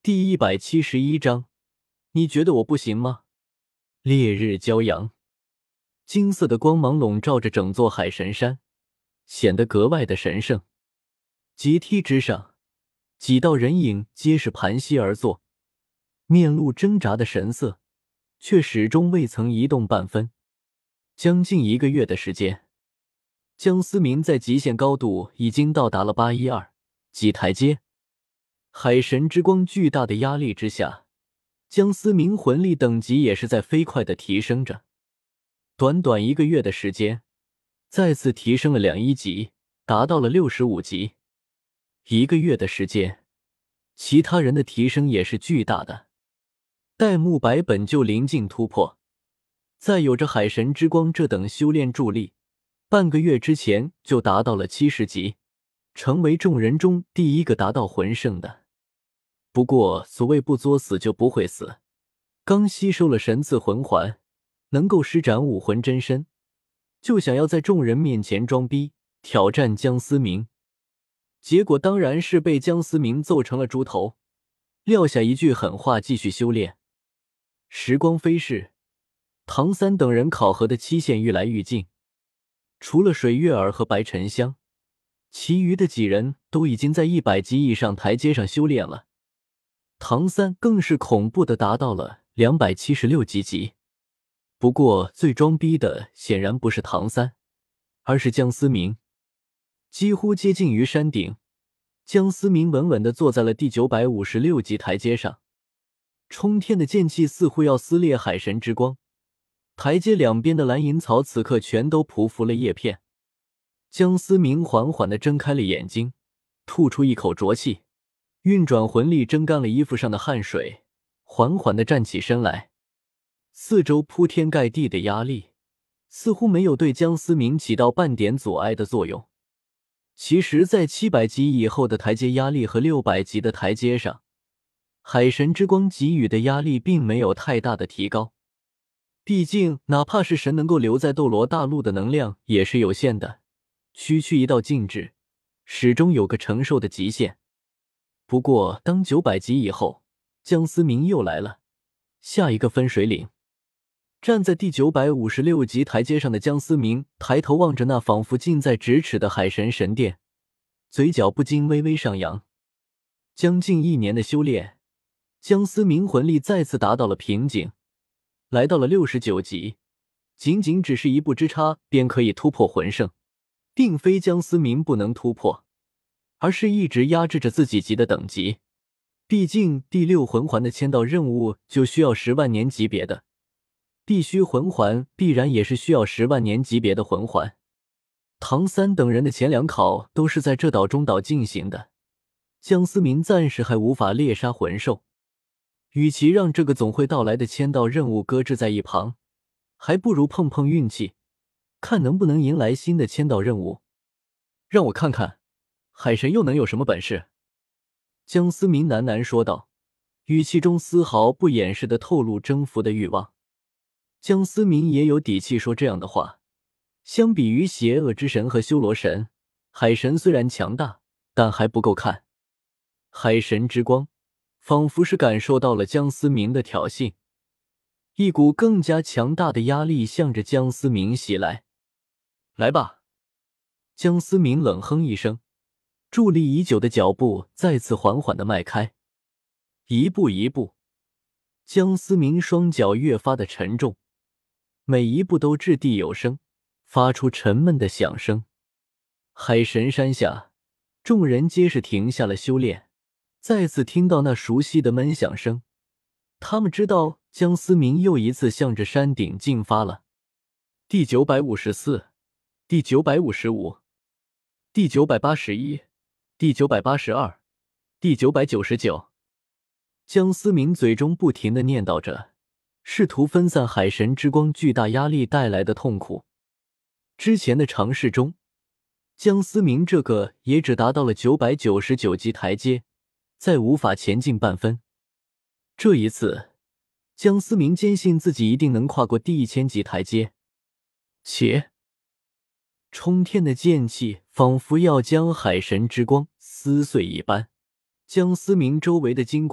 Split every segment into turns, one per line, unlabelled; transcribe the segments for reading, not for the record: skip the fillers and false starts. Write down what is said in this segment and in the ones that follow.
第171章，你觉得我不行吗？烈日骄阳，金色的光芒笼罩着整座海神山，显得格外的神圣。阶梯之上，几道人影皆是盘膝而坐，面露挣扎的神色，却始终未曾移动半分。将近1个月的时间，江思明在极限高度已经到达了812级台阶。海神之光巨大的压力之下，江思明魂力等级也是在飞快地提升着。短短1个月的时间，再次提升了2级，达到了65级。1个月的时间，其他人的提升也是巨大的。戴沐白本就临近突破，再有着海神之光这等修炼助力，半个月之前就达到了70级，成为众人中第一个达到魂圣的。不过所谓不作死就不会死，刚吸收了神赐魂环，能够施展武魂真身，就想要在众人面前装逼挑战江思明，结果当然是被江思明揍成了猪头，撂下一句狠话继续修炼。时光飞逝，唐三等人考核的期限愈来愈近，除了水月儿和白沉香，其余的几人都已经在100级以上台阶上修炼了。唐三更是恐怖的达到了276级。不过最装逼的显然不是唐三，而是江思明。几乎接近于山顶，江思明稳稳地坐在了第956级台阶上。冲天的剑气似乎要撕裂海神之光，台阶两边的蓝银草此刻全都匍匐了叶片。江思明缓缓地睁开了眼睛，吐出一口浊气，运转魂力蒸干了衣服上的汗水，缓缓地站起身来。四周铺天盖地的压力似乎没有对江思明起到半点阻碍的作用。其实在700级以后的台阶压力和600级的台阶上，海神之光给予的压力并没有太大的提高。毕竟哪怕是神能够留在斗罗大陆的能量也是有限的，区区一道静止，始终有个承受的极限。不过当900级以后，江思明又来了下一个分水岭。站在第956级台阶上的江思明抬头望着那仿佛近在咫尺的海神神殿，嘴角不禁微微上扬。将近1年的修炼，江思明魂力再次达到了瓶颈，来到了69级，仅仅只是一步之差便可以突破魂圣。并非江思明不能突破，而是一直压制着自己级的等级。毕竟第6魂环的签到任务就需要10万年级别的，必须魂环必然也是需要10万年级别的魂环。唐三等人的前2考都是在这岛中岛进行的，江思明暂时还无法猎杀魂兽，与其让这个总会到来的签到任务搁置在一旁，还不如碰碰运气，看能不能迎来新的签到任务。让我看看海神又能有什么本事。江思明喃喃说道，语气中丝毫不掩饰地透露征服的欲望。江思明也有底气说这样的话，相比于邪恶之神和修罗神，海神虽然强大，但还不够看。海神之光仿佛是感受到了江思明的挑衅，一股更加强大的压力向着江思明袭来。来吧。江思明冷哼一声，伫立已久的脚步再次缓缓地迈开。一步一步，江思明双脚越发的沉重，每一步都掷地有声，发出沉闷的响声。海神山下，众人皆是停下了修炼，再次听到那熟悉的闷响声，他们知道江思明又一次向着山顶进发了。第954，第955，第981，第982，第999。江思明嘴中不停地念叨着，试图分散海神之光巨大压力带来的痛苦。之前的尝试中，江思明这个也只达到了999级台阶，再无法前进半分。这一次，江思明坚信自己一定能跨过第1000级台阶。且冲天的剑气仿佛要将海神之光撕碎一般，江思明周围的金光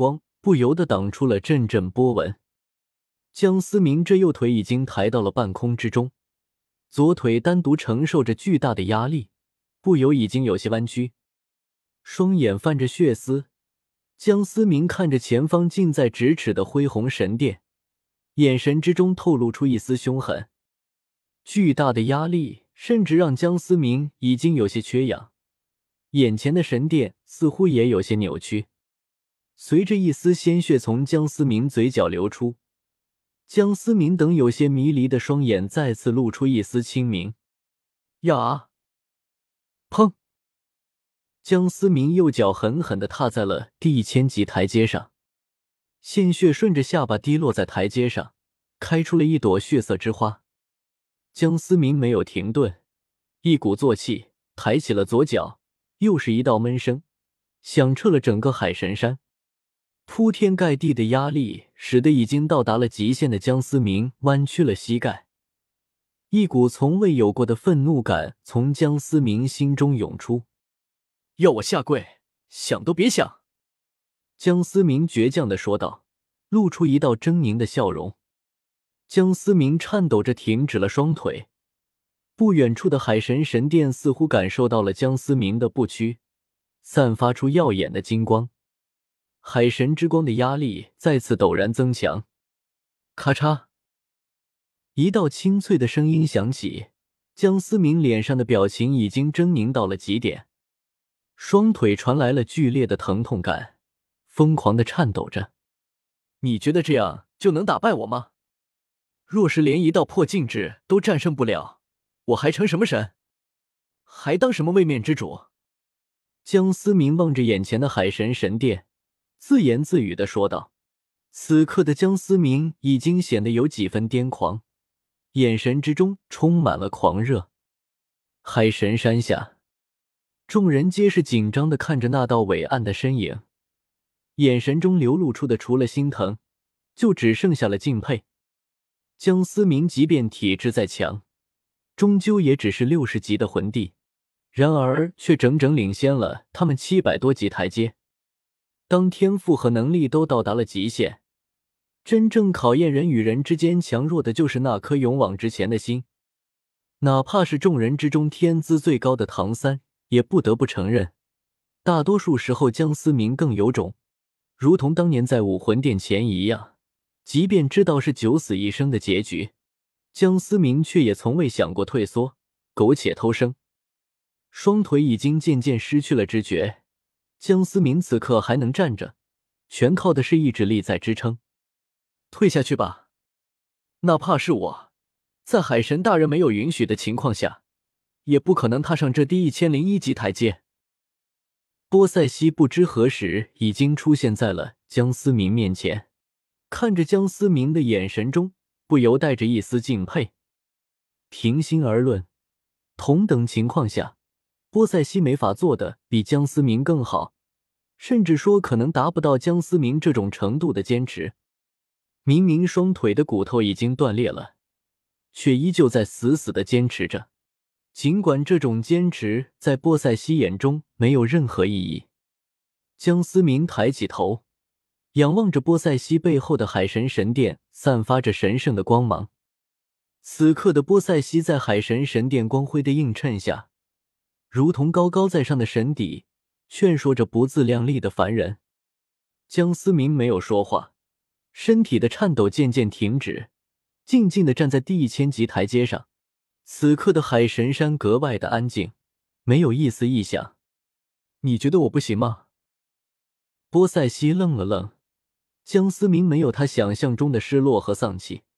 不由得挡出了阵阵波纹。江思明这右腿已经抬到了半空之中，左腿单独承受着巨大的压力，不由已经有些弯曲，双眼泛着血丝。江思明看着前方近在咫尺的恢宏神殿，眼神之中透露出一丝凶狠。巨大的压力甚至让江思明已经有些缺氧，眼前的神殿似乎也有些扭曲。随着一丝鲜血从江思明嘴角流出，江思明等有些迷离的双眼再次露出一丝清明。呀！砰！江思明右脚狠狠地踏在了第1000级台阶上，鲜血顺着下巴滴落在台阶上，开出了一朵血色之花。江思明没有停顿，一鼓作气抬起了左脚，又是一道闷声，响彻了整个海神山。铺天盖地的压力使得已经到达了极限的江思明弯曲了膝盖，一股从未有过的愤怒感从江思明心中涌出。要我下跪，想都别想！江思明倔强地说道，露出一道狰狞的笑容。江思明颤抖着挺直了双腿，不远处的海神神殿似乎感受到了江思明的不屈，散发出耀眼的金光。海神之光的压力再次陡然增强。咔嚓！一道清脆的声音响起，江思明脸上的表情已经狰狞到了极点，双腿传来了剧烈的疼痛感，疯狂地颤抖着。你觉得这样就能打败我吗？若是连一道破禁制都战胜不了，我还成什么神？还当什么位面之主？江思明望着眼前的海神神殿，自言自语地说道。此刻的江思明已经显得有几分癫狂，眼神之中充满了狂热。海神山下，众人皆是紧张地看着那道伟岸的身影，眼神中流露出的除了心疼，就只剩下了敬佩。江思明即便体质再强，终究也只是60级的魂帝，然而却整整领先了他们700多级台阶。当天赋和能力都到达了极限，真正考验人与人之间强弱的就是那颗勇往直前的心。哪怕是众人之中天资最高的唐三，也不得不承认，大多数时候江思明更有种，如同当年在武魂殿前一样，即便知道是九死一生的结局，江思明却也从未想过退缩，苟且偷生。双腿已经渐渐失去了知觉，江思明此刻还能站着，全靠的是意志力在支撑。退下去吧，哪怕是我，在海神大人没有允许的情况下，也不可能踏上这第1001级台阶。波塞西不知何时已经出现在了江思明面前，看着江思明的眼神中不由带着一丝敬佩。平心而论，同等情况下，波塞西没法做的比江思明更好，甚至说可能达不到江思明这种程度的坚持。明明双腿的骨头已经断裂了，却依旧在死死地坚持着，尽管这种坚持在波塞西眼中没有任何意义。江思明抬起头，仰望着波塞西背后的海神神殿，散发着神圣的光芒。此刻的波塞西在海神神殿光辉的映衬下，如同高高在上的神邸，劝说着不自量力的凡人。江思明没有说话，身体的颤抖渐渐停止，静静地站在第1000级台阶上。此刻的海神山格外的安静，没有一丝异响。你觉得我不行吗？波塞西愣了愣，江思明没有他想象中的失落和丧气。